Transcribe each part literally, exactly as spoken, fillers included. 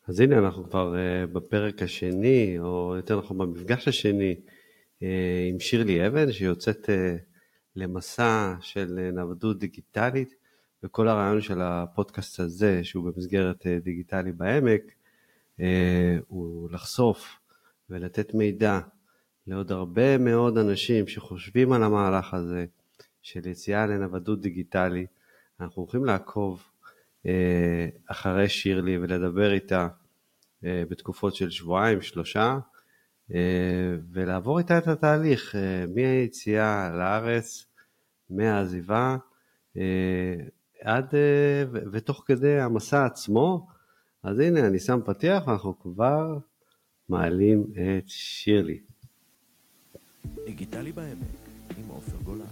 אז הנה אנחנו כבר uh, בפרק השני, או יותר נכון במפגש השני, uh, עם שירלי אבן, שיוצאת uh, למסע של uh, נוודות דיגיטלית, וכל הרעיון של הפודקאסט הזה, שהוא במסגרת uh, דיגיטלי בעמק, uh, הוא לחשוף ולתת מידע לעוד הרבה מאוד אנשים שחושבים על המהלך הזה, של יציאה לנוודות דיגיטלי. אנחנו הולכים לעקוב uh, אחרי שירלי ולדבר איתה, בתקופות של שבועיים, שלושה, ולעבור איתה את התהליך, מהיציאה לארץ, מהעזיבה, עד, ותוך כדי המסע עצמו. אז הנה, אני שם פתיח, ואנחנו כבר מעלים את שירלי. דיגיטלי בעמק, עם עופר גולן.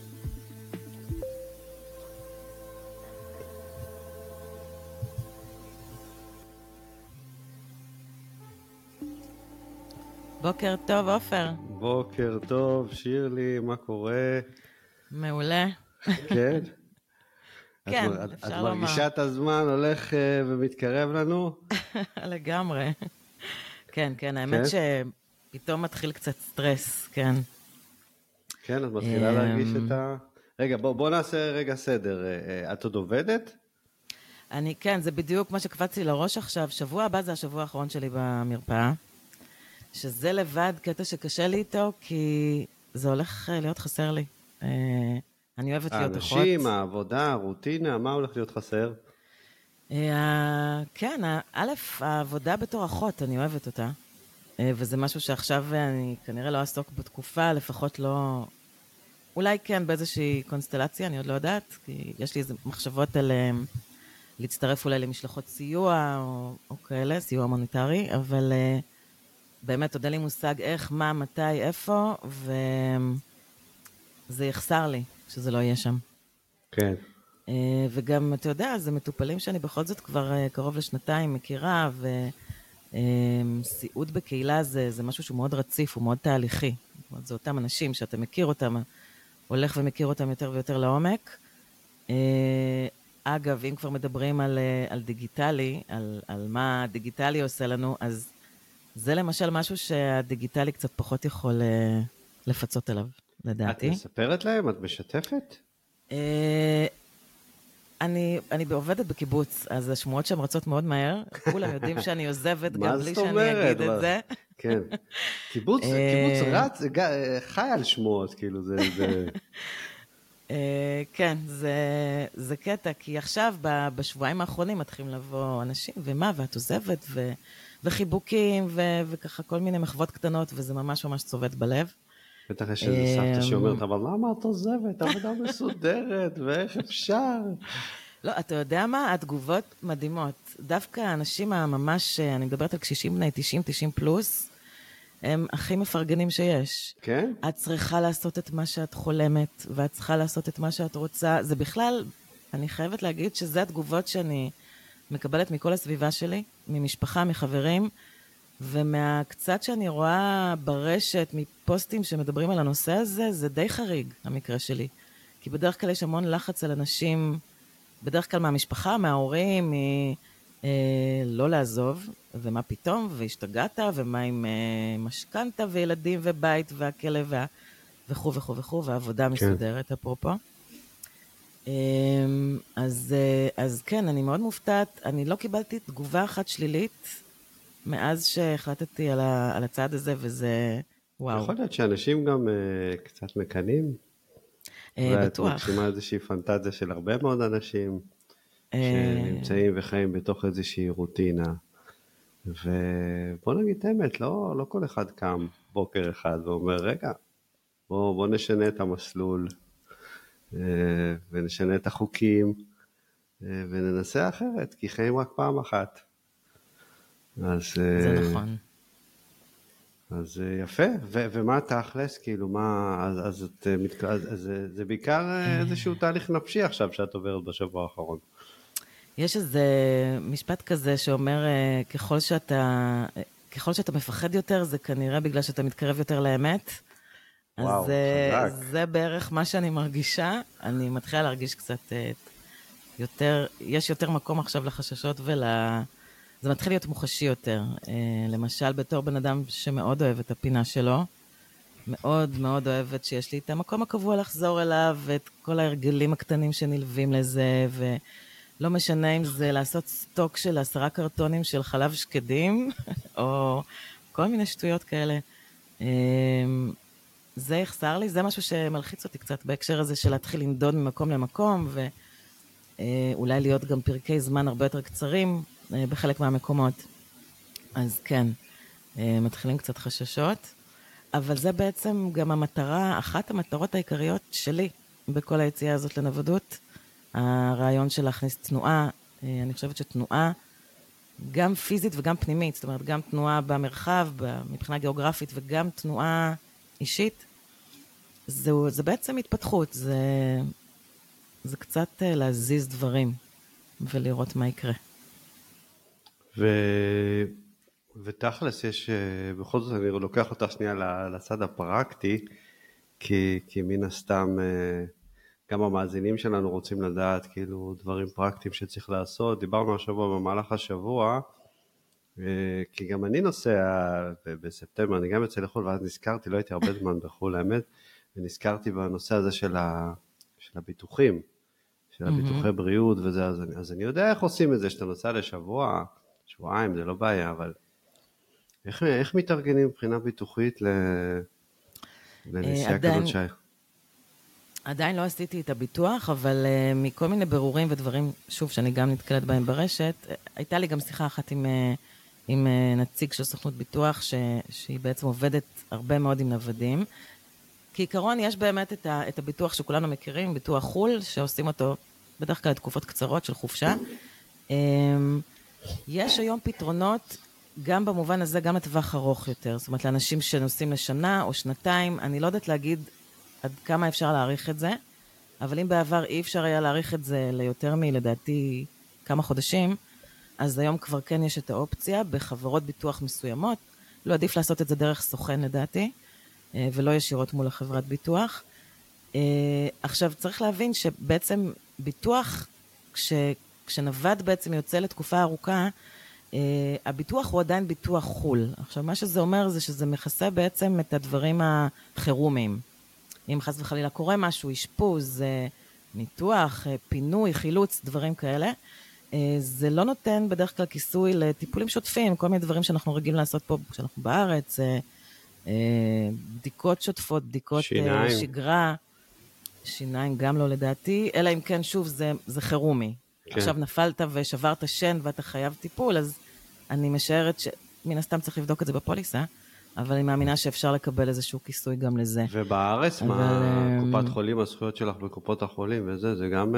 בוקר טוב, עופר. בוקר טוב, שירלי, מה קורה? מעולה. כן? כן, את, אפשר את לומר. מרגישה את הזמן הולך ומתקרב לנו? לגמרי. כן, כן, האמת שפתאום מתחיל קצת סטרס, כן. כן, את מתחילה להרגיש את ה... רגע, בוא, בוא נעשה רגע סדר. את עוד עובדת? אני, כן, זה בדיוק מה שקפץ לי לראש עכשיו. שבוע הבא זה השבוע האחרון שלי במרפאה. שזה לבד קטע שקשה לי איתו, כי זה הולך להיות חסר לי. אני אוהבת להיות אחות. האנשים, העבודה, הרוטינה, מה הולך להיות חסר? כן, א', העבודה בתור אחות, אני אוהבת אותה. וזה משהו שעכשיו אני כנראה לא אעסוק בתקופה, לפחות לא... אולי כן באיזושהי קונסטלציה, אני עוד לא יודעת, כי יש לי איזה מחשבות על להצטרף אולי למשלחות סיוע, או, או כאלה, סיוע מוניטרי, אבל... באמת, עוד אין לי מושג איך, מה, מתי, איפה, וזה יחסר לי שזה לא יהיה שם. כן. וגם, אתה יודע, זה מטופלים שאני בכל זאת כבר קרוב לשנתיים מכירה, וסיעוד בקהילה זה, זה משהו שהוא מאוד רציף, הוא מאוד תהליכי. זאת אומרת, זה אותם אנשים שאתה מכיר אותם, הולך ומכיר אותם יותר ויותר לעומק. אגב, אם כבר מדברים על, על דיגיטלי, על, על מה דיגיטלי עושה לנו, אז זה למשל משהו שהדיגיטלי קצת פחות יכול לפצות עליו, לדעתי. את מספרת להם? את משתפת? אני, אני עובדת בקיבוץ, אז השמועות שם רצות מאוד מהר, כולם יודעים שאני עוזבת גם בלי שאני אגיד את זה. כן, קיבוץ, קיבוץ רץ, חי על שמועות, כאילו זה... כן, זה, זה קטע, כי עכשיו בשבועיים האחרונים מתחילים לבוא אנשים, ומה, ואת עוזבת, ו... וחיבוקים, ו... וככה כל מיני מחוות קטנות, וזה ממש ממש צובט בלב. בטח יש איזה סבתא שאומרת, אבל למה את עוזבת? עבודה מסודרת, ואיך אפשר? לא, אתה יודע מה? התגובות מדהימות. דווקא האנשים הממש, אני מדברת על קשישים בני תשעים, תשעים פלוס, הם הכי מפרגנים שיש. כן? את צריכה לעשות את מה שאת חולמת, ואת צריכה לעשות את מה שאת רוצה. זה בכלל, אני חייבת להגיד שזה התגובות שאני מקבלת מכל הסביבה שלי, ממשפחה, מחברים, ומהקצת שאני רואה ברשת, מפוסטים שמדברים על הנושא הזה, זה די חריג, המקרה שלי. כי בדרך כלל יש המון לחץ על אנשים, בדרך כלל מהמשפחה, מההורים, מ... אה, לא לעזוב, ומה פתאום, והשתגעת, ומה עם אה, משכנתה, וילדים, ובית, והכלב, וה... וכו' וכו' וכו', והעבודה כן. מסודרת, אפרופו. אה, אז, אה, אז כן, אני מאוד מופתעת, אני לא קיבלתי תגובה אחת שלילית, מאז שהחלטתי על, ה... על הצעד הזה, וזה וואו. יכול להיות שאנשים גם אה, קצת מקנים, אה, בטוח. ואת מגשימה איזושהי פנטזיה של הרבה מאוד אנשים, שנמצאים וחיים בתוך איזושהי רוטינה, ובוא נגיד את האמת, לא, לא כל אחד קם בוקר אחד ואומר, רגע, בוא, בוא נשנה את המסלול, ונשנה את החוקים, וננסה אחרת, כי חיים רק פעם אחת. אז, זה נכון. אז יפה, ו- ומה תכלס, כאילו, מה, אז, אז, את, אז, אז זה בעיקר איזשהו תהליך נפשי עכשיו שאת עוברת בשבוע האחרון. יש איזה משפט כזה שאומר, ככל שאתה, ככל שאתה מפחד יותר, זה כנראה בגלל שאתה מתקרב יותר לאמת. וואו, אז זה, חזק. זה בערך מה שאני מרגישה. אני מתחילה להרגיש קצת יותר, יש יותר מקום עכשיו לחששות ול, זה מתחיל להיות מוחשי יותר. למשל, בתור בן אדם שמאוד אוהב את הפינה שלו, מאוד מאוד אוהבת שיש לי את המקום הקבוע לחזור אליו, ואת כל ההרגלים הקטנים שנלווים לזה, ולא משנה אם זה לעשות סטוק של עשרה קרטונים של חלב שקדים, או כל מיני שטויות כאלה. זה יחסר לי, זה משהו שמלחיץ אותי קצת בהקשר הזה של להתחיל לנדוד ממקום למקום, ואולי להיות גם פרקי זמן הרבה יותר קצרים בחלק מהמקומות. אז כן, מתחילים קצת חששות, אבל זה בעצם גם המטרה, אחת המטרות העיקריות שלי בכל היציאה הזאת לנוודות, הרעיון של להכניס תנועה. אני חושבת שתנועה גם פיזית וגם פנימית, זאת אומרת גם תנועה במרחב, מבחינה גיאוגרפית, וגם תנועה אישית, זה, זה בעצם התפתחות, זה, זה קצת להזיז דברים ולראות מה יקרה. ו... ותכלס יש, בכל זאת אני לוקח אותך שנייה לצד הפרקטי, כי, כי מן הסתם גם המאזינים שלנו רוצים לדעת כאילו דברים פרקטיים שצריך לעשות. דיברנו השבוע במהלך השבוע, כי גם אני נוסע בספטמבר, אני גם יוצא לחול, ואז נזכרתי, לא הייתי הרבה זמן בחול האמת, ונזכרתי בנושא הזה של, ה, של הביטוחים, של הביטוחי בריאות וזה, אז אני, אז אני יודע איך עושים את זה, שאתה נוסע לשבוע, שבועיים, זה לא בעיה, אבל איך, איך מתארגנים מבחינה ביטוחית לנסיעה כזאת שי? עדיין לא עשיתי את הביטוח, אבל uh, מכל מיני ברורים ודברים, שוב, שאני גם נתקלת בהם ברשת, הייתה לי גם שיחה אחת עם, uh, עם uh, נציג של סוכנות ביטוח, ש, שהיא בעצם עובדת הרבה מאוד עם נוודים. כעיקרון, יש באמת את, ה, את הביטוח שכולנו מכירים, ביטוח חול, שעושים אותו בדרך כלל תקופות קצרות של חופשה. Um, יש היום פתרונות, גם במובן הזה, גם לטווח ארוך יותר. זאת אומרת, לאנשים שנוסעים לשנה או שנתיים, אני לא יודעת להגיד עד כמה אפשר להעריך את זה, אבל אם בעבר אי אפשר היה להעריך את זה ליותר מלדעתי כמה חודשים, אז היום כבר כן יש את האופציה בחברות ביטוח מסוימות, לא עדיף לעשות את זה דרך סוכן לדעתי, ולא ישירות מול החברת ביטוח. עכשיו צריך להבין שבעצם ביטוח, כש, כשנווד בעצם יוצא לתקופה ארוכה, הביטוח הוא עדיין ביטוח חול. עכשיו מה שזה אומר זה שזה מכסה בעצם את הדברים החירומיים. אם חס וחלילה קורה משהו, אשפוז, ניתוח, פינוי, חילוץ, דברים כאלה, זה לא נותן בדרך כלל כיסוי לטיפולים שוטפים, כל מיני דברים שאנחנו רגילים לעשות פה כשאנחנו בארץ, בדיקות שוטפות, בדיקות שיניים. שגרה, שיניים גם לא לדעתי, אלא אם כן שוב זה, זה חירומי. כן. עכשיו נפלת ושברת שן ואתה חייב טיפול, אז אני משערת שמן הסתם צריך לבדוק את זה בפוליסה, אבל אני מאמינה שאפשר לקבל איזשהו כיסוי גם לזה. ובארץ, אבל... מה, קופת חולים, הזכויות שלך בקופות החולים וזה, זה גם...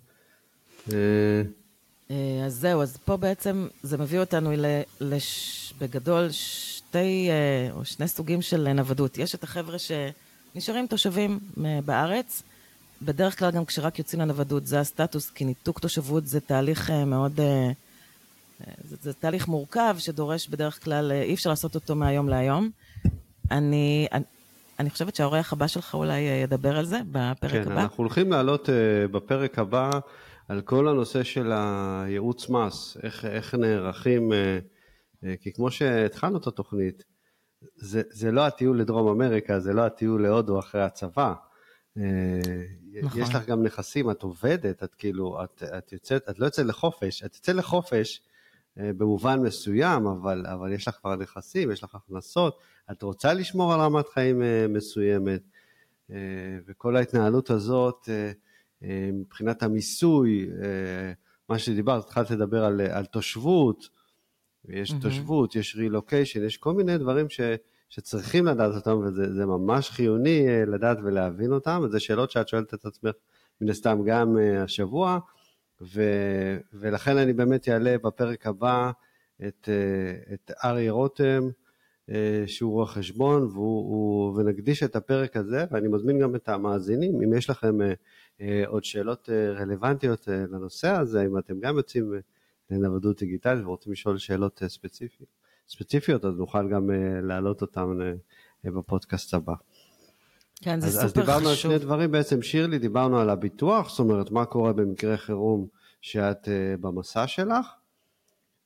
אז זהו, אז פה בעצם זה מביא אותנו לש... בגדול שתי או שני סוגים של נוודות. יש את החבר'ה שנשארים תושבים בארץ, בדרך כלל גם כשרק יוצאים לנוודות, זה הסטטוס, כי ניתוק תושבות זה תהליך מאוד... זה, זה תהליך מורכב שדורש בדרך כלל, אי אפשר לעשות אותו מהיום להיום. אני, אני, אני חושבת שהאורח הבא שלך אולי ידבר על זה בפרק כן, הבא. כן, אנחנו הולכים לעלות uh, בפרק הבא על כל הנושא של הייעוץ מס, איך, איך נערכים, uh, uh, כי כמו שהתחלנו את התוכנית, זה, זה לא הטיול לדרום אמריקה, זה לא הטיול להודו אחרי הצבא. Uh, נכון. יש לך גם נכסים, את עובדת, את כאילו, את, את יוצאת, את לא יוצאת לחופש, את יוצאת לחופש, במובן מסוים, אבל, אבל יש לך כבר נכסים, יש לך הכנסות, את רוצה לשמור על רמת חיים מסוימת, וכל ההתנהלות הזאת, מבחינת המיסוי, מה שדיברת, התחלת לדבר על, על תושבות, יש mm-hmm. תושבות, יש רילוקיישן, יש כל מיני דברים ש, שצריכים לדעת אותם, וזה ממש חיוני לדעת ולהבין אותם, וזה שאלות שאת שואלת את עצמך, מן הסתם גם השבוע, ו, ולכן אני באמת אעלה בפרק הבא את, את ארי רותם, שהוא רואה חשבון, והוא, ונקדיש את הפרק הזה, ואני מזמין גם את המאזינים, אם יש לכם עוד שאלות רלוונטיות לנושא הזה, אם אתם גם יוצאים לנוודות דיגיטלית, ורוצים לשאול שאלות ספציפיות, ספציפיות, אז נוכל גם להעלות אותם בפודקאסט הבא. כן, זה אז, סופר אז דיברנו חשוב. על שני דברים, בעצם שירלי, דיברנו על הביטוח, זאת אומרת, מה קורה במקרה חירום שאת uh, במסע שלך,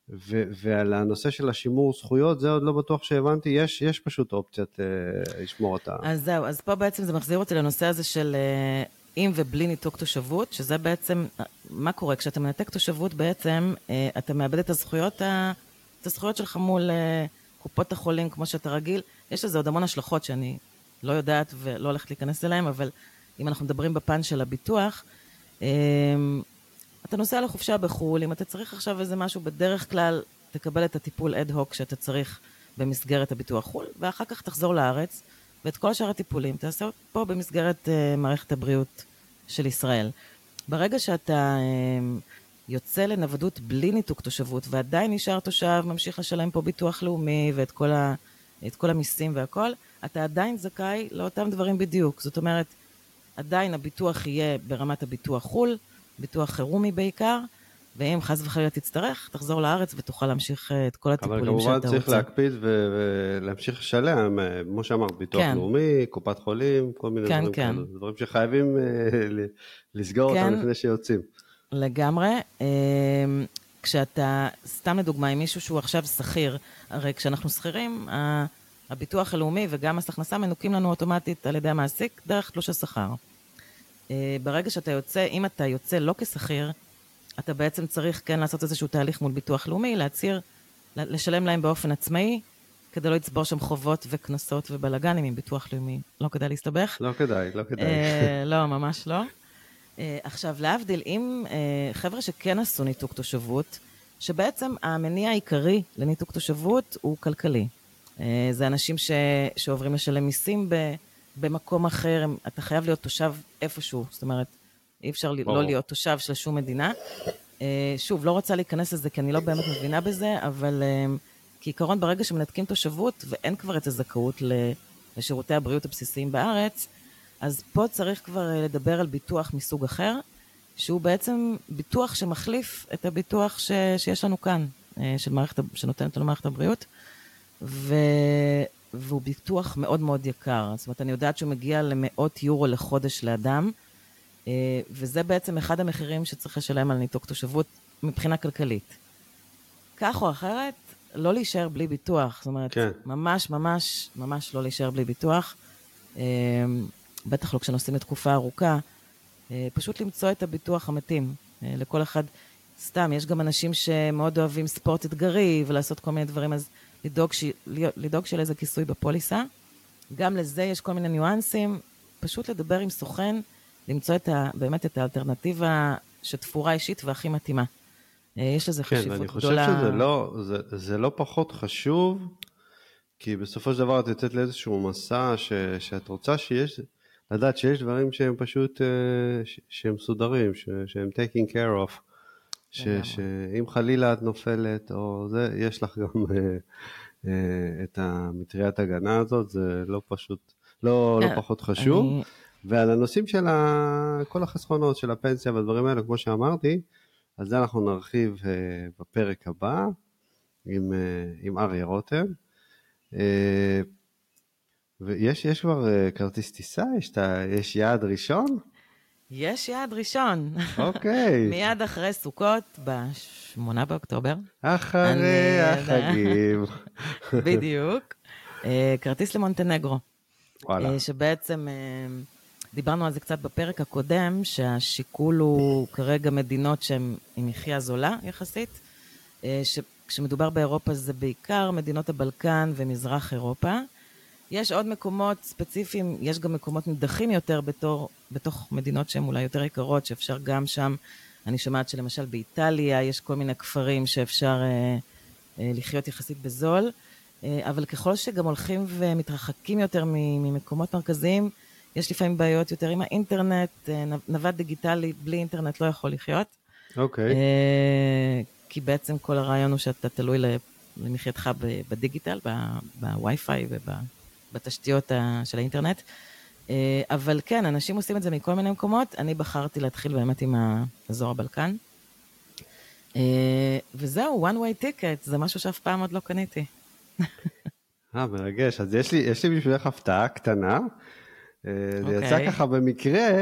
ו- ועל הנושא של השימור זכויות, זה עוד לא בטוח שהבנתי, יש, יש פשוט אופציית אה, לשמור אותה. אז זהו, אז פה בעצם זה מחזיר אותי לנושא הזה של אה, עם ובלי ניתוק תושבות, שזה בעצם, מה קורה? כשאתה מנתק תושבות בעצם, אה, אתה מאבד את הזכויות, ה, את הזכויות שלך מול אה, קופות החולים, כמו שאתה רגיל. יש לזה עוד המון השלכות שאני לא יודעת ולא הולכת להיכנס אליהם, אבל אם אנחנו מדברים בפן של הביטוח, אה, אתה נוסע לחופשה בחול, אם אתה צריך עכשיו איזה משהו, בדרך כלל תקבל את הטיפול אד-הוק שאתה צריך במסגרת הביטוח חול, ואחר כך תחזור לארץ, ואת כל שאר הטיפולים תעשה פה במסגרת uh, מערכת הבריאות של ישראל. ברגע שאתה uh, יוצא לנוודות בלי ניתוק תושבות, ועדיין נשאר תושב, ממשיך לשלם פה ביטוח לאומי, ואת כל, ה, את כל המיסים והכל, אתה עדיין זכאי לאותם דברים בדיוק. זאת אומרת, עדיין הביטוח יהיה ברמת הביטוח חול, ביטוח חירומי בעיקר, ואם חס וחלילה תצטרך, תחזור לארץ ותוכל להמשיך את כל הטיפולים שאתה רוצה. אבל כמובן צריך להקפיד ולהמשיך לשלם, כמו שאמרת, ביטוח לאומי, קופת חולים, כל מיני דברים כאלה. דברים שחייבים לסגור אותם לפני שיוצאים. לגמרי. כשאתה, סתם לדוגמה, עם מישהו שהוא עכשיו שכיר, הרי כשאנחנו שכירים, הביטוח הלאומי וגם מס הכנסה מנוקים לנו אוטומטית על ידי המעסיק, דרך תלוש השכר. ברגע שאתה יוצא, אם אתה יוצא לא כשכיר, אתה בעצם צריך כן לעשות איזשהו תהליך מול ביטוח לאומי, להציר, לשלם להם באופן עצמאי, כדי לא לצבור שם חובות וכנסות ובלגנים עם ביטוח לאומי. לא כדאי להסתבך? לא כדאי, לא כדאי. לא, ממש לא. עכשיו, להבדיל, אם חבר'ה שכן עשו ניתוק תושבות, שבעצם המניע העיקרי לניתוק תושבות הוא כלכלי. זה אנשים שעוברים לשלם מיסים במקום אחר, אתה חייב להיות תושב איפשהו, זאת אומרת, אי אפשר לא להיות תושב של שום מדינה. שוב, לא רוצה להיכנס לזה, כי אני לא באמת מבינה בזה, אבל כעיקרון ברגע שמנתקים תושבות, ואין כבר את הזכאות לשירותי הבריאות הבסיסיים בארץ, אז פה צריך כבר לדבר על ביטוח מסוג אחר, שהוא בעצם ביטוח שמחליף את הביטוח ש, שיש לנו כאן, של מערכת, שנותנת לנו מערכת הבריאות, ו, והוא ביטוח מאוד מאוד יקר. זאת אומרת, אני יודעת שהוא מגיע למאות יורו לחודש לאדם, וזה בעצם אחד המחירים שצריך לשלם על ניתוק תושבות מבחינה כלכלית. כך או אחרת, לא להישאר בלי ביטוח. זאת אומרת, כן. ממש, ממש, ממש לא להישאר בלי ביטוח. בטח לא כשנוסעים לתקופה ארוכה. פשוט למצוא את הביטוח המתאים. לכל אחד, סתם, יש גם אנשים שמאוד אוהבים ספורט אתגרי, ולעשות כל מיני דברים, אז לדאוג, ש... לדאוג של איזה כיסוי בפוליסה. גם לזה יש כל מיני ניואנסים. פשוט לדבר עם סוכן, למצוא את ה, באמת את האלטרנטיבה שתפורה אישית והכי מתאימה. יש לזה חשיבות גדולה. כן, אני חושב שזה לא, זה, זה לא פחות חשוב, כי בסופו של דבר את יוצאת לאיזשהו מסע ש, שאת רוצה שיש, לדעת שיש דברים שהם פשוט, ש, שהם מסודרים, ש, שהם taking care of, ש, שאם חלילה את נופלת, או זה, יש לך גם את המטריית הגנה הזאת, זה לא פשוט, לא, לא פחות חשוב. אני... ועל הנושאים של כל החסכונות של הפנסיה והדברים האלה, כמו שאמרתי, אז זה אנחנו נרחיב בפרק הבא עם, עם אריה רותם. ויש יש כבר כרטיס טיסה? יש, יש יעד ראשון? יש יעד ראשון. אוקיי. מיד אחרי סוכות, בשמונה באוקטובר. אחרי החגים. בדיוק. כרטיס למונטנגרו. וואלה. שבעצם... דיברנו על זה קצת בפרק הקודם, שהשיקול הוא כרגע מדינות שהן עם מחיה זולה יחסית, שכשמדובר באירופה זה בעיקר מדינות הבלקן ומזרח אירופה. יש עוד מקומות ספציפיים, יש גם מקומות נידחים יותר בתור, בתוך מדינות שהן אולי יותר יקרות, שאפשר גם שם, אני שומעת שלמשל באיטליה יש כל מיני כפרים שאפשר אה, אה, לחיות יחסית בזול, אה, אבל ככל שגם הולכים ומתרחקים יותר ממקומות מרכזיים, יש לפעמים בעיות יותר עם האינטרנט, נווד דיגיטלי בלי אינטרנט לא יכול לחיות. אוקיי. כי בעצם כל הרעיון הוא שאתה תלוי למחייתך בדיגיטל, בווי-פיי ובתשתיות של האינטרנט. אבל כן, אנשים עושים את זה מכל מיני מקומות. אני בחרתי להתחיל באמת עם האזור הבלקן. וזהו, one way ticket, זה משהו שאף פעם עוד לא קניתי. אה, מרגש. אז יש לי, יש לי בשבילך הפתעה קטנה. זה יצא ככה במקרה,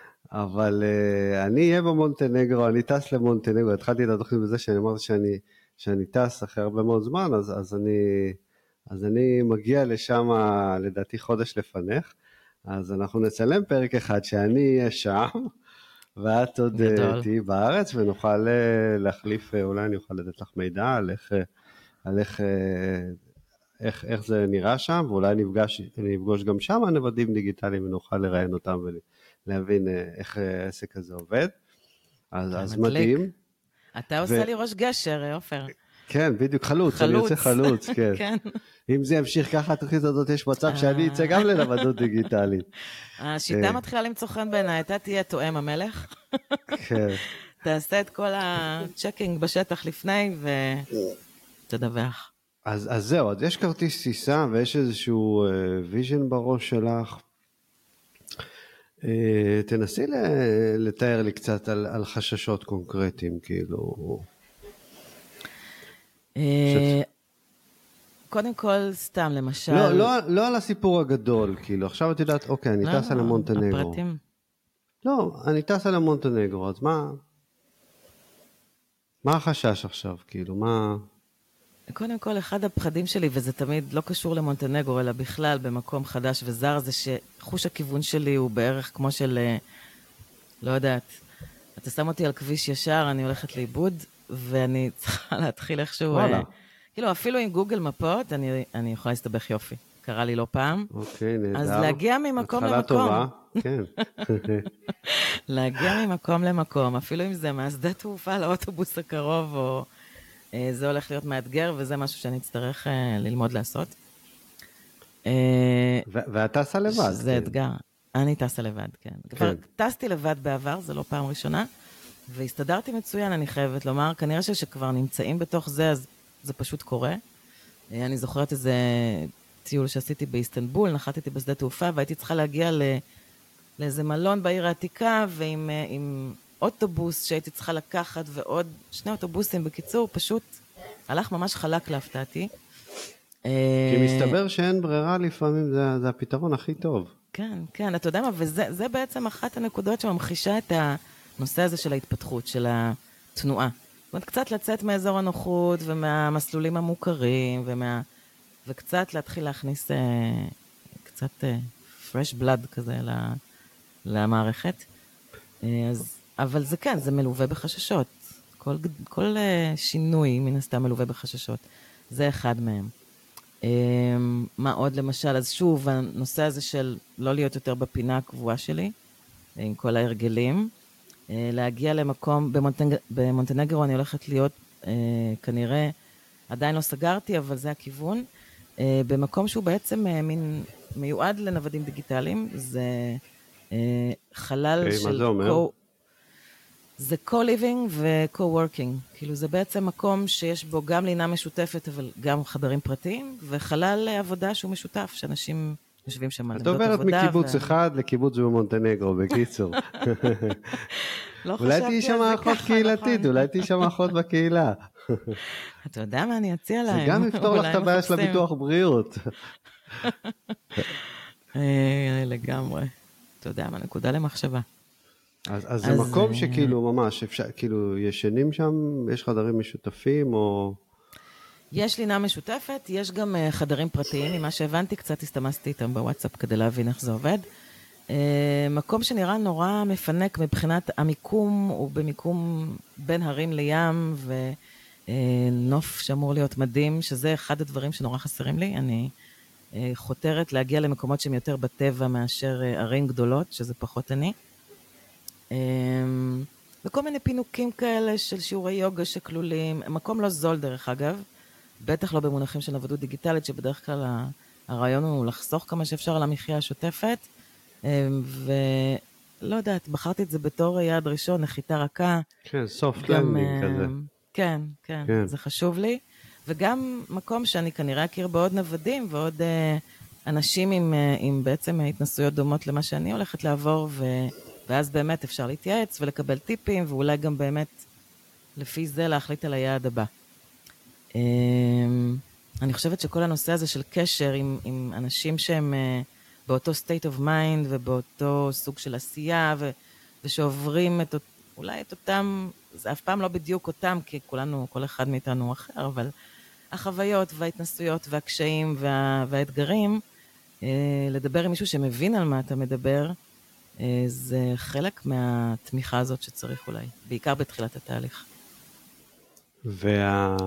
אבל אני אהיה במונטנגרו, אני טס למונטנגרו, התחלתי את התוכנית בזה שאני אמרתי שאני טס אחרי הרבה מאוד זמן, אז, אז, אני, אז אני מגיע לשם לדעתי חודש לפניך, אז אנחנו נצלם פרק אחד שאני אהיה שם, ואת עוד גדול. תהיי בארץ, ונוכל להחליף, אולי אני אוכל לתת לך מידע על איך, על איך, איך, איך זה נראה שם, ואולי נפגש, נפגוש גם שם נוודים דיגיטליים, ונוכל לראיין אותם ולהבין איך העסק הזה עובד. אז, אז מדהים. אתה עושה לי ראש גשר, עופר. כן, בדיוק, חלוץ, חלוץ. אני יוצא חלוץ, כן. כן. אם זה ימשיך ככה, התוכנית הזאת יש מצב שאני אצא גם לנוודות דיגיטלית. השיטה מתחילה למצוא חן בעיניי, אתה תהיה תואם המלך. כן. תעשה את כל הצ'קינג בשטח לפני ותדווח. אז, אז זהו, אז יש כרטיס טיסה ויש איזשהו ויז'ן בראש שלך. תנסי לתאר לי קצת על, על חששות קונקרטיים, כאילו... קודם כל, סתם, למשל... לא, לא, לא על הסיפור הגדול, כאילו, עכשיו את יודעת, אוקיי, אני טסה למונטנגרו. הפרטים. לא, אני טסה למונטנגרו, אז מה... מה החשש עכשיו, כאילו, מה... קודם כל, אחד הפחדים שלי, וזה תמיד לא קשור למונטנגרו, אלא בכלל במקום חדש וזר, זה שחוש הכיוון שלי הוא בערך כמו של... לא יודעת, אתה שם אותי על כביש ישר, אני הולכת לאיבוד, ואני צריכה להתחיל איכשהו... וואלה. כאילו, אפילו עם גוגל מפות, אני, אני יכולה להסתבך יופי. קרה לי לא פעם. אוקיי, נהדר. אז להגיע ממקום התחלה למקום. טובה, כן. להגיע ממקום למקום, אפילו אם זה מהשדה תעופה לאוטובוס הקרוב, או אה, זה הולך להיות מאתגר, וזה משהו שאני אצטרך אה, ללמוד לעשות. אה, ואת טסה לבד. זה אתגר. אני טסה לבד, כן. כבר טסתי לבד בעבר, זה לא פעם ראשונה, והסתדרתי מצוין, אני חייבת לומר. כנראה שכבר נמצאים בתוך זה, אז זה פשוט קורה. אני זוכרת איזה טיול שעשיתי באיסטנבול, נחתתי בשדה תעופה, והייתי צריכה להגיע ל... לאיזה מלון בעיר העתיקה, ועם עם אוטובוס שהייתי צריכה לקחת, ועוד שני אוטובוסים. בקיצור, פשוט הלך ממש חלק להפתעתי. כי מסתבר שאין ברירה לפעמים, זה, זה הפתרון הכי טוב. כן, כן, אתה יודע מה, וזה זה בעצם אחת הנקודות שממחישה את הנושא הזה של ההתפתחות, של התנועה. זאת אומרת, קצת לצאת מאזור הנוחות, ומהמסלולים המוכרים, ומה... וקצת להתחיל להכניס אה, קצת אה, fresh blood כזה למערכת. אה, אז, אבל זה כן, זה מלווה בחששות. כל, כל אה, שינוי מן הסתם מלווה בחששות. זה אחד מהם. אה, מה עוד למשל? אז שוב, הנושא הזה של לא להיות יותר בפינה הקבועה שלי, אה, עם כל ההרגלים, אה, להגיע למקום, במונטנג, במונטנגרו אני הולכת להיות אה, כנראה, עדיין לא סגרתי, אבל זה הכיוון, במקום שהוא בעצם מין מיועד לנוודים דיגיטליים, זה חלל okay, של... מה זה אומר? Co... זה co-living ו-co-working. כאילו זה בעצם מקום שיש בו גם לינה משותפת, אבל גם חדרים פרטיים, וחלל עבודה שהוא משותף, שאנשים יושבים שם על עמדות עבודה. את עוברת מקיבוץ ו... אחד לקיבוץ במונטנגרו, בקיצור. לא אולי תהי שם אחות קהילתית, אולי תהי שם אחות בקהילה. אתה יודע מה אני אציע להם? זה גם יפתור לך את הבעיה של הביטוח בריאות. לגמרי. אתה יודע מה, נקודה למחשבה. אז, אז זה מקום שכאילו ממש, אפשר, כאילו ישנים שם, יש חדרים משותפים או... יש לינה משותפת, יש גם חדרים פרטיים, ממה שהבנתי, קצת הסתמסתי איתם בוואטסאפ כדי להבין איך זה עובד. מקום שנראה נורא מפנק מבחינת המיקום, הוא במיקום בין הרים לים, ונוף שאמור להיות מדהים, שזה אחד הדברים שנורא חסרים לי. אני חותרת להגיע למקומות שהם יותר בטבע מאשר ערים גדולות, שזה פחות אני. וכל מיני פינוקים כאלה של שיעורי יוגה שכלולים, מקום לא זול דרך אגב, בטח לא במונחים של עבודות דיגיטלית, שבדרך כלל הרעיון הוא לחסוך כמה שאפשר על המחיה השוטפת, ולא יודעת, בחרתי את זה בתור יעד ראשון, נחיתה רכה. כן, סופט לנדינג כזה. כן, כן, כן, זה חשוב לי. וגם מקום שאני כנראה אכיר בעוד נוודים, ועוד אנשים עם, עם בעצם התנסויות דומות למה שאני הולכת לעבור, ו... ואז באמת אפשר להתייעץ ולקבל טיפים, ואולי גם באמת לפי זה להחליט על היעד הבא. אני חושבת שכל הנושא הזה של קשר עם, עם אנשים שהם באותו state of mind ובאותו סוג של עשייה, ו, ושעוברים את, אולי את אותם זה אף פעם לא בדיוק אותם, כי כולנו, כל אחד מאיתנו הוא אחר, אבל החוויות וההתנסויות והקשיים וה, והאתגרים, אה, לדבר עם מישהו שמבין על מה אתה מדבר, אה, זה חלק מהתמיכה הזאת שצריך אולי, בעיקר בתחילת התהליך. וה...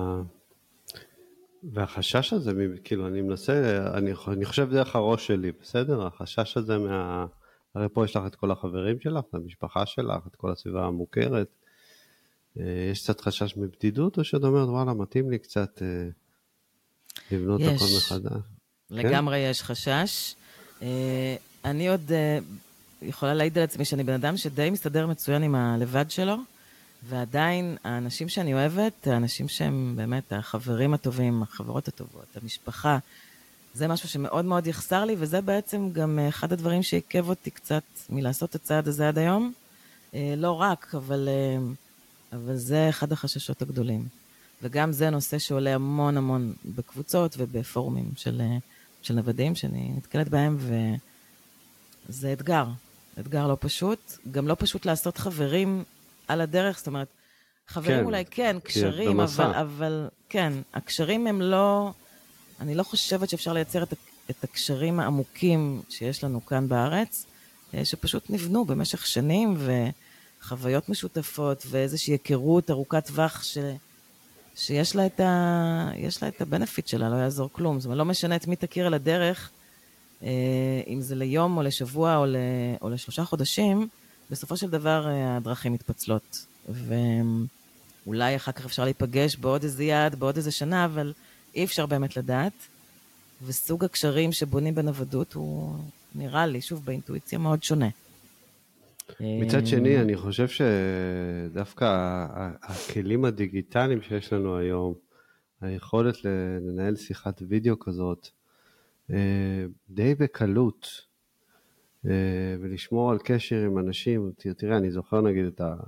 והחשש הזה, כאילו, אני מנסה, אני, אני חושב דרך הראש שלי, בסדר? החשש הזה מה... הרי פה יש לך את כל החברים שלך, את המשפחה שלך, את כל הסביבה המוכרת. יש קצת חשש מבדידות, או שאת אומרת, וואלה, מתאים לי קצת לבנות יש. הכל מחדש? לגמרי כן? יש חשש. אני עוד יכולה להעיד על עצמי שאני בן אדם שדי מסתדר מצוין עם הלבד שלו, ועדיין האנשים שאני אוהבת, האנשים שהם באמת החברים הטובים, החברות הטובות, המשפחה, זה משהו שמאוד מאוד יחסר לי, וזה בעצם גם אחד הדברים שעיכב אותי קצת מלעשות את הצעד הזה עד היום. לא רק, אבל, אבל זה אחד החששות הגדולים. וגם זה נושא שעולה המון המון בקבוצות ובפורומים של, של נוודים, שאני נתקלת בהם, וזה אתגר. אתגר לא פשוט. גם לא פשוט לעשות חברים על הדרך, זאת אומרת, חברים כן, אולי כן, קשרים, אבל, אבל כן, הקשרים הם לא, אני לא חושבת שאפשר לייצר את, את הקשרים העמוקים שיש לנו כאן בארץ, שפשוט נבנו במשך שנים, וחוויות משותפות, ואיזושהי היכרות ארוכת טווח, ש, שיש לה את ה, יש לה את הבנפיט שלה, לא יעזור כלום, זאת אומרת, לא משנה את מי תכיר על הדרך, אם זה ליום או לשבוע או, ל, או לשלושה חודשים, בסופו של דבר הדרכים מתפצלות, ואולי אחר כך אפשר להיפגש בעוד איזה יד, בעוד איזה שנה, אבל אי אפשר באמת לדעת, וסוג הקשרים שבונים בנוודות הוא נראה לי, שוב, באינטואיציה מאוד שונה. מצד שני, אני חושב שדווקא הכלים הדיגיטליים שיש לנו היום, היכולת לנהל שיחת וידאו כזאת, די בקלות, ולשמור על קשר עם אנשים. תראה, אני זוכר נגיד את ה...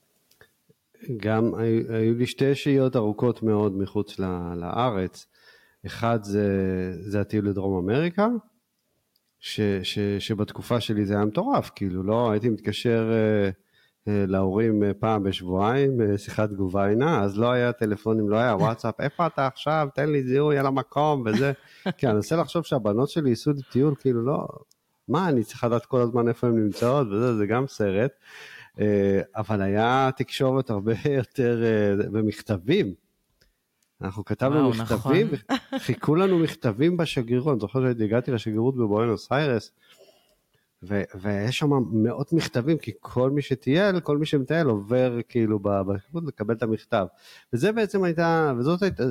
גם היו לי שתי שהיות ארוכות מאוד מחוץ לארץ. אחד זה, זה הטיול לדרום אמריקה, ש, ש, שבתקופה שלי זה היה מטורף, כאילו לא, הייתי מתקשר אה, אה, להורים פעם בשבועיים, אה, שיחת תגובה עינה, אז לא היה טלפונים, לא היה וואטסאפ, איפה אתה עכשיו, תן לי זיהוי על המקום וזה, כי אני רוצה לחשוב שהבנות שלי ייסעו לטיול, כאילו לא, מה, אני צריך לדעת כל הזמן איפה הן נמצאות, וזה, זה גם סרט, אה, אבל היה תקשורת הרבה יותר אה, במכתבים, אנחנו כתבנו מכתבים, חיכו לנו מכתבים בשגרירות, אני זוכר שהגעתי לשגרירות בבואנוס איירס, ויש שם מאות מכתבים, כי כל מי שטייל, כל מי שמטייל עובר כאילו בשגרירות לקבל את המכתב. וזה בעצם הייתה, וזאת הייתה,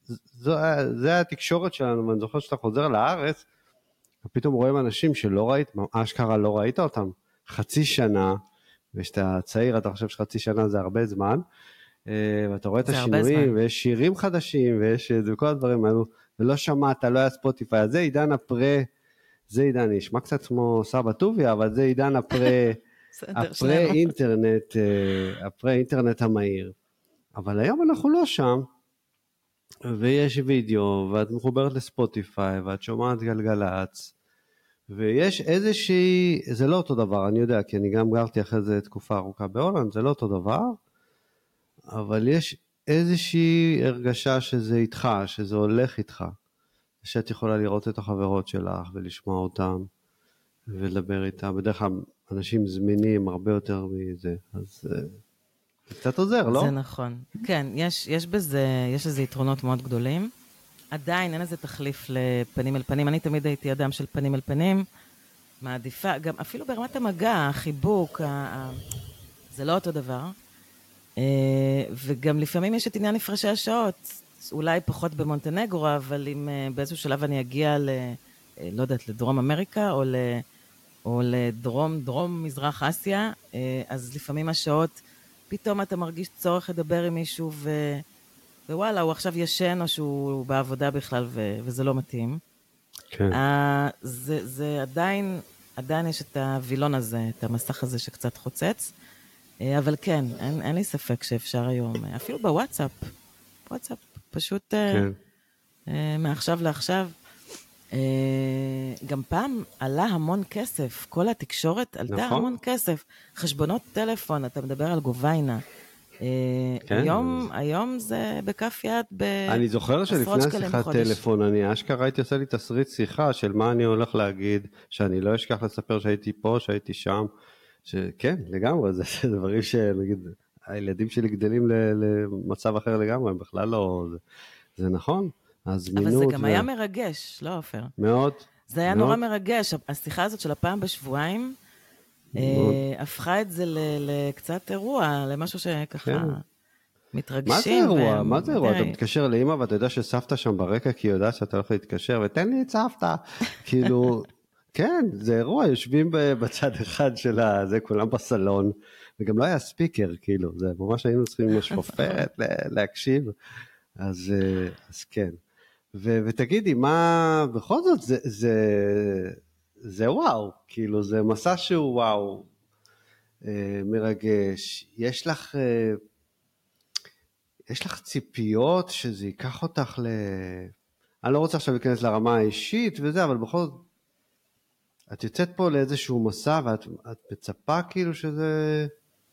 זה התקשורת שלנו, ואני זוכר שאתה חוזר לארץ, ופתאום רואים אנשים שלא ראית, אשכרה לא ראית אותם, חצי שנה, ושאתה צעיר, אתה חושב שחצי שנה זה הרבה זמן, ואתה רואה את השינויים, ויש שירים חדשים, ויש כל הדברים האלו, ולא שמעת, לא היה ספוטיפיי, אז זה עידן הפרה, זה עידן, נשמע קצת כמו סבא טוביה, אבל זה עידן הפרה, הפרה אינטרנט, הפרה אינטרנט המהיר. אבל היום אנחנו לא שם, ויש וידאו, ואת מחוברת לספוטיפיי, ואת שומעת גלגלץ, ויש איזושהי, זה לא אותו דבר, אני יודע, כי אני גם גרתי אחרי זה תקופה ארוכה בהולנד, זה לא אותו דבר, אבל יש איזושהי הרגשה שזה איתך, שזה הולך איתך, שאת יכולה לראות את החברות שלך ולשמוע אותם ולדבר איתם. בדרך כלל אנשים זמינים הרבה יותר מזה, אז זה קצת עוזר, לא? זה נכון. כן, יש, יש בזה, יש לזה יתרונות מאוד גדולים. עדיין אין איזה תחליף לפנים אל פנים. אני תמיד הייתי אדם של פנים אל פנים, מעדיפה, גם אפילו ברמת המגע, החיבוק, ה... זה לא אותו דבר. וגם לפעמים יש את עניין הפרשי השעות, אולי פחות במונטנגרו, אבל אם באיזשהו שלב אני אגיע ל... לא יודעת, לדרום אמריקה, או, ל... או לדרום, דרום מזרח אסיה, אז לפעמים השעות, פתאום אתה מרגיש צורך לדבר עם מישהו, ו... ווואלה, הוא עכשיו ישן, או שהוא בעבודה בכלל, ו... וזה לא מתאים. כן. זה, זה עדיין, עדיין יש את הווילון הזה, את המסך הזה שקצת חוצץ, אבל כן, אין, אין לי ספק שאפשר היום, אפילו בוואטסאפ, וואטסאפ, פשוט כן. מעכשיו לעכשיו. גם פעם עלה המון כסף, כל התקשורת עלתה נכון. המון כסף, חשבונות טלפון, אתה מדבר על גוביינה, כן, היום, אז- היום זה בכף יד בעשרות אני זוכר שלפני שקלים השיחת בחודש. טלפון, אני אשכרה הייתי עושה לי תסריט שיחה של מה אני הולך להגיד, שאני לא אשכח לספר שהייתי פה, שהייתי שם, שכן, לגמרי, זה זה דברים שנגיד, הילדים שלי גדלים ל- למצב אחר לגמרי, הם בכלל לא, זה, זה נכון, אבל זה הזמינות, גם וה- היה מרגש, לא עופר. מאוד, זה היה מאוד, נורא מרגש. השיחה הזאת של הפעם בשבועיים, מאוד. אה, הפכה את זה ל- לקצת אירוע, למשהו שככה כן. מתרגשים. מה זה אירוע? ו- מה זה אירוע? אתה תראי, מתקשר לאמא ואתה יודע שסבתא שם ברקע כי היא יודעת שאתה הולך להתקשר ותן לי את סבתא. כאילו, כן, זה אירוע, יושבים ב- בצד אחד של הזה, כולם בסלון, וגם לא היה ספיקר, כאילו, זה ממש היינו צריכים עם השפופרת ל- להקשיב, אז, אה, אז כן. ו- ותגידי, מה, בכל זאת, זה, זה, זה וואו, כאילו, זה מסע שהוא וואו, אה, מרגש. יש לך... אה, יש לך ציפיות שזה ייקח אותך ל... אני לא רוצה עכשיו להיכנס לרמה האישית וזה, אבל בכל זאת, את יוצאת פה לאיזשהו מסע, ואת את מצפה כאילו שזה...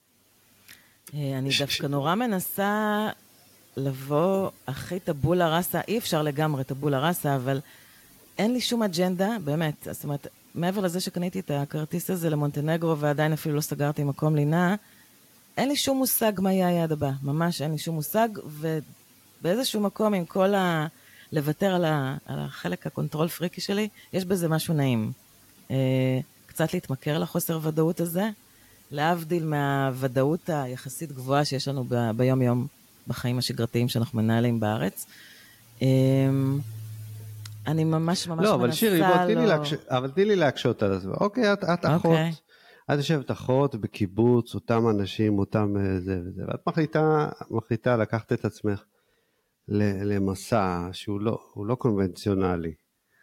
אה, אני ש- דווקא ש- נורא מנסה לבוא הכי טבולה ראסה, אי אפשר לגמרי טבולה ראסה, אבל אין לי שום אג'נדה, באמת. זאת אומרת, מעבר לזה שקניתי את הכרטיס הזה למונטנגרו, ועדיין אפילו לא סגרתי מקום לינה, אין לי שום מושג מה יהיה היעד הבא. ממש אין לי שום מושג, ובאיזשהו מקום עם כל ה... לוותר על, ה... על החלק הקונטרול פריקי שלי, יש בזה משהו נעים. אה, קצת להתמכר לחוסר ודאות הזה, להבדיל מהוודאות היחסית גבוהה שיש לנו ב... ביום-יום בחיים השגרתיים שאנחנו מנהלים בארץ. אה, אני ממש ממש לא, מנסה... אבל שירי, בוא, תני לי לא- להקש... אבל תני לי להקשות על זה. אוקיי, את, את אחות, אוקיי. את יושבת אחות בקיבוץ, אותם אנשים, אותם אה, זה וזה, ואת מחליטה, מחליטה לקחת את עצמך ל- למסע שהוא לא, הוא לא קונבנציונלי.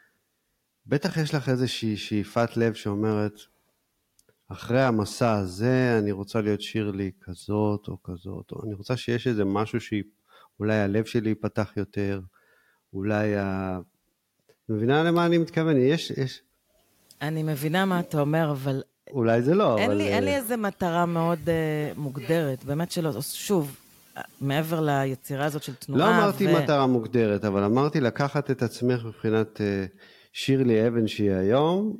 בטח יש לך איזושהי שאיפת לב שאומרת, אחרי המסע הזה אני רוצה להיות שירלי כזאת או כזאת, או אני רוצה שיש איזה משהו שאולי הלב שלי ייפתח יותר, אולי ה... מבינה למה אני מתכוון? יש, יש, אני מבינה מה אתה אומר, אבל אולי זה לא, אין אבל... לי, אין לי אה, איזה מטרה מאוד uh, מוגדרת, באמת שלא. אז שוב, מעבר ליצירה הזאת של תנועה... לא אמרתי ו... מטרה מוגדרת, אבל אמרתי לקחת את עצמך מבחינת אה, שירלי אבן שהיא היום,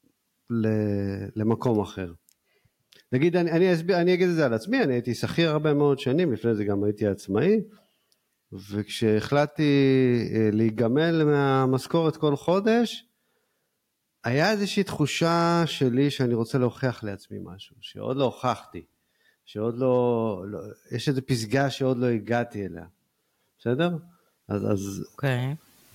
ל- למקום אחר. נגיד, אני, אני, אסביר, אני אגיד את זה על עצמי, אני הייתי שכיר הרבה מאוד שנים, לפני זה גם הייתי עצמאי, וכשהחלטתי אה, להיגמל מהמשכורת כל חודש, היה איזושהי תחושה שלי שאני רוצה להוכיח לעצמי משהו, שעוד לא הוכחתי, שעוד לא, לא יש איזו פסגה שעוד לא הגעתי אליה, בסדר? אז, אז אוקיי.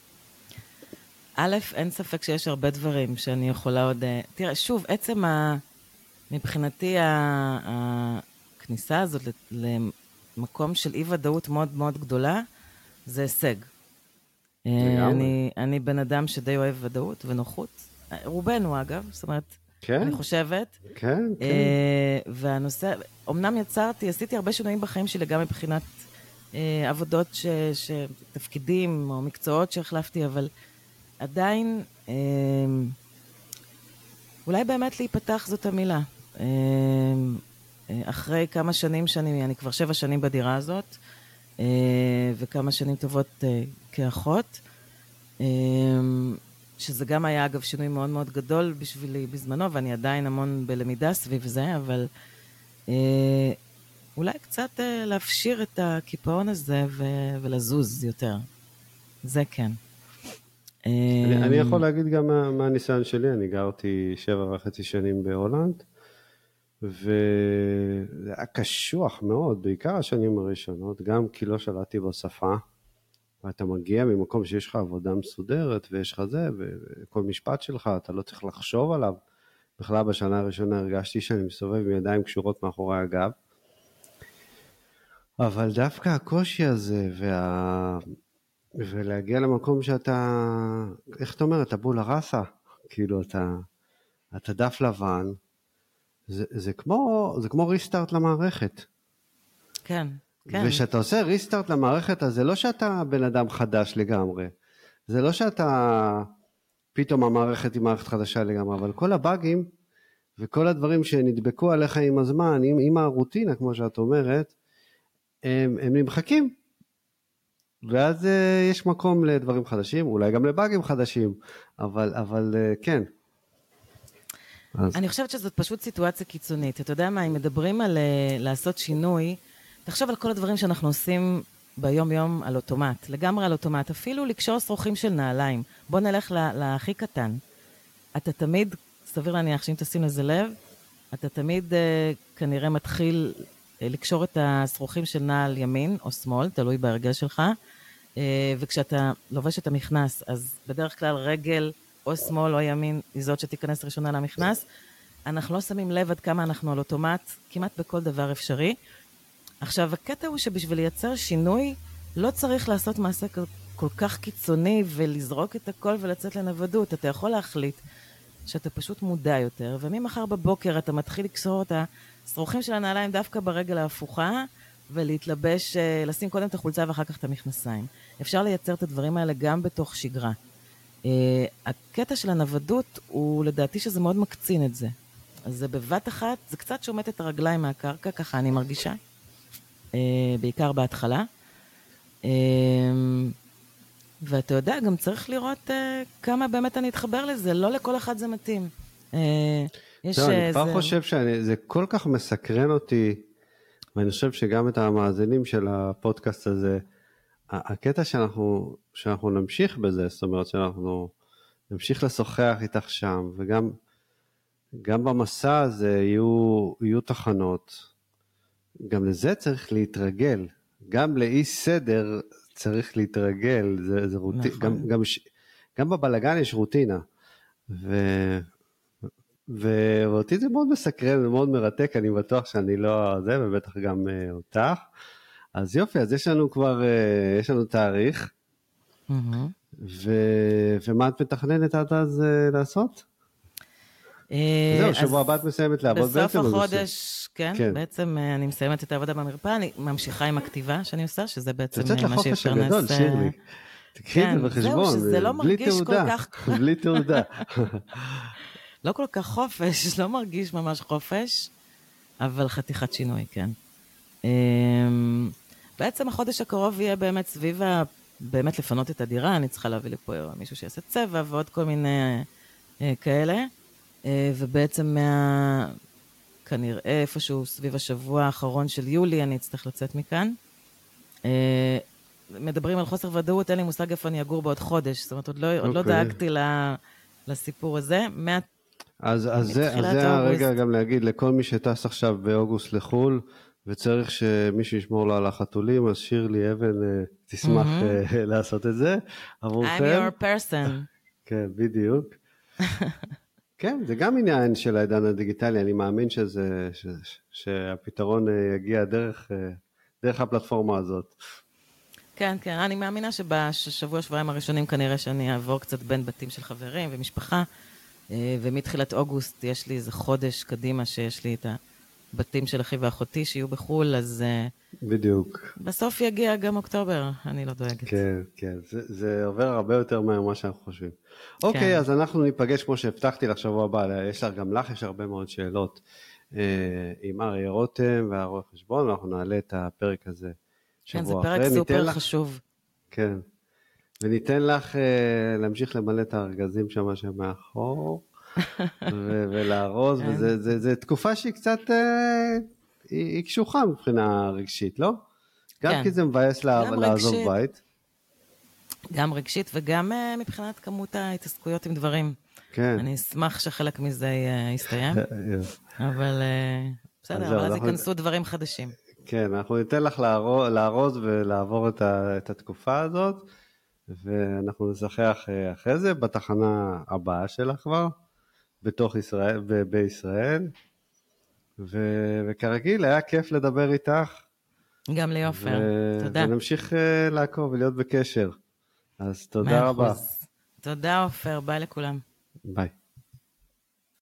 א', אין ספק שיש הרבה דברים שאני יכולה עוד... אה, תראה, שוב, עצם ה... מבחינתי ה- הכניסה הזאת למקום של אי-ודאות מאוד מאוד גדולה, זה הישג. אה, לגמרי. אני, אני בן אדם שדי אוהב ודאות ונוחות. אה, רובנו אגב, זאת אומרת, כן, אני חושבת. כן, כן. אה, והנושא, אמנם יצרתי, עשיתי הרבה שינויים בחיים שלי, גם מבחינת אה, עבודות, ש, ש, תפקידים או מקצועות שהחלפתי, אבל עדיין, אה, אולי באמת להיפתח זאת המילה. אה, אה, אחרי כמה שנים שאני, אני כבר שבע שנים בדירה הזאת, אה, וכמה שנים טובות אה, כאחות, אה, שזה גם היה אגב שינוי מאוד מאוד גדול בשבילי בזמנו, ואני עדיין המון בלמידה סביב זה, אבל אה, אולי קצת אה, להפשיר את הקיפאון הזה ו- ולזוז יותר. זה כן. אני, אני אה, יכול להגיד גם מה, מהניסיון שלי, אני גרתי שבע וחצי שנים בהולנד, וזה היה קשוח מאוד, בעיקר השנים הראשונות, גם כי לא שלטתי בשפה, ואתה מגיע ממקום שיש לך עבודה מסודרת, ויש לך זה, וכל משפט שלך, אתה לא צריך לחשוב עליו. בכלל בשנה הראשונה הרגשתי שאני מסתובב עם ידיים קשורות מאחורי הגב, אבל דווקא הקושי הזה, וה... ולהגיע למקום שאתה, איך אתה אומר, אתה בולה ראסה, כאילו אתה, אתה דף לבן, זה, זה כמו, זה כמו ריסטארט למערכת. כן, כן. ושאתה עושה ריסטארט למערכת, אז זה לא שאתה בן אדם חדש לגמרי, זה לא שאתה, פתאום המערכת היא מערכת חדשה לגמרי, אבל כל הבאגים, וכל הדברים שנדבקו עליך עם הזמן, עם, עם הרוטינה, כמו שאת אומרת, הם, הם נמחקים, ואז uh, יש מקום לדברים חדשים, אולי גם לבאגים חדשים, אבל, אבל uh, כן. אז... אני חושבת שזאת פשוט סיטואציה קיצונית. אתה יודע מה, אם מדברים על uh, לעשות שינוי, תחשוב על כל הדברים שאנחנו עושים ביום יום על אוטומט, לגמרי על אוטומט, אפילו לקשור שרוכים של נעליים. בוא נלך להכי קטן. אתה תמיד, סביר להניח שאם תשים לזה לב, אתה תמיד uh, כנראה מתחיל uh, לקשור את השרוכים של נעל ימין או שמאל, תלוי בהרגל שלך, uh, וכשאתה לובש את המכנס, אז בדרך כלל רגל או שמאל או ימין היא זאת שתיכנס ראשונה למכנס. אנחנו לא שמים לב עד כמה אנחנו על אוטומט, כמעט בכל דבר אפשרי. עכשיו, הקטע הוא שבשביל לייצר שינוי, לא צריך לעשות מעשה כל, כל כך קיצוני ולזרוק את הכל ולצאת לנוודות. אתה יכול להחליט שאתה פשוט מודע יותר, וממחר בבוקר אתה מתחיל לקשור את השרוכים של הנעליים דווקא ברגל ההפוכה, ולהתלבש, לשים קודם את החולצה ואחר כך את המכנסיים. אפשר לייצר את הדברים האלה גם בתוך שגרה. Uh, הקטע של הנוודות הוא לדעתי שזה מאוד מקצין את זה. אז זה בבת אחת, זה קצת שומט את הרגליים מהקרקע, ככה אני מרגישה. Uh, בעיקר בהתחלה. Uh, ואתה יודע, גם צריך לראות uh, כמה באמת אני אתחבר לזה, לא לכל אחד זה מתאים. Uh, יש, לא, אני uh, כבר זה... חושב שזה כל כך מסקרן אותי, ואני חושב שגם את המאזינים של הפודקאסט הזה, הקטע שאנחנו, שאנחנו נמשיך בזה, זאת אומרת שאנחנו נמשיך לשוחח איתך שם, וגם גם במסע הזה יהיו, יהיו תחנות, גם לזה צריך להתרגל, גם לאי סדר צריך להתרגל, זה, זה רוטינה, נכון. גם, גם, גם בבלגן יש רוטינה, ו, ואותי זה מאוד מסקרן, ומאוד מרתק, אני בטוח שאני לא זה, ובטח גם אותך, אז יופי, אז יש לנו כבר, יש לנו תאריך, Mm-hmm. ו... ומה את מתכננת עד אז לעשות? זהו, שבוע הבא את מסיימת לעבוד בעצם. בסוף החודש, כן, כן, בעצם אני מסיימת את העבודה במרפאה, אני ממשיכה עם הכתיבה שאני עושה, שזה בעצם מה שיפרנס... יוצאת לחופש הגדול, שירלי. תקחי את זה בחשבון, זהו, שזה לא מרגיש כל כך... בלי תעודה. לא כל כך חופש, לא מרגיש ממש חופש, אבל חתיכת שינוי, כן. בעצם החודש הקרוב יהיה באמת סביב ה... באמת לפנות את הדירה, אני צריכה להביא לפה מישהו שיעשה צבע ועוד כל מיני כאלה, ובעצם מה... כנראה איפשהו סביב השבוע האחרון של יולי אני אצטרך לצאת מכאן. מדברים על חוסר ודאות, אין לי מושג איפה אני אגור בעוד חודש, זאת אומרת, עוד לא, עוד לא דאגתי לסיפור הזה. אז, אז זה, אז זה הרגע גם להגיד לכל מי שטס עכשיו באוגוסט לחול, וצריך שמישהו ישמור לו על החתולים, אז שירלי אבן תשמח mm-hmm. לעשות את זה עבורכם. I'm your person. כן, בדיוק. כן, זה גם עניין של העידן הדיגיטלי, אני מאמין שזה, ש, שהפתרון יגיע דרך, דרך הפלטפורמה הזאת. כן, כן, אני מאמינה שבשבוע שבועיים הראשונים כנראה שאני אעבור קצת בין בתים של חברים ומשפחה, ומתחילת אוגוסט יש לי איזה חודש קדימה שיש לי את הבתים של אחי ואחותי שיהיו בחול, אז... בדיוק. בסוף יגיע גם אוקטובר, אני לא דואגת. כן, כן, זה, זה עובר הרבה יותר מהר מה שאנחנו חושבים. כן. אוקיי, אז אנחנו ניפגש כמו שהבטחתי לך שבוע הבא, יש לך גם לך, יש הרבה מאוד שאלות עם אריה רותם והרואה חשבון, אנחנו נעלה את הפרק הזה שבוע אחרי. כן, זה פרק סופר לך, חשוב. כן, וניתן לך להמשיך למלא את הארגזים שם שמאחור, ו- ולארוז, וזה זה, זה תקופה שהיא קצת... היא קשוחה מבחינה רגשית, לא? גם כן. כי זה מבאס לה, לעזוב רגשית, בית. גם רגשית וגם uh, מבחינת כמות ההתעסקויות עם דברים. כן. אני אשמח שחלק מזה uh, יסתיים, אבל uh, בסדר, אבל אז ייכנסו דברים חדשים. כן, אנחנו ניתן לך לארוז, לארוז ולעבור את, ה, את התקופה הזאת, ואנחנו נשחח uh, אחרי זה בתחנה הבאה שלה כבר, בתוך ישראל, ב- בישראל. ו- וכרגיל, היה כיף לדבר איתך. גם לי אופר, ו- תודה. ונמשיך uh, לעקוב ולהיות בקשר. אז תודה רבה. תודה אופר, ביי לכולם. ביי.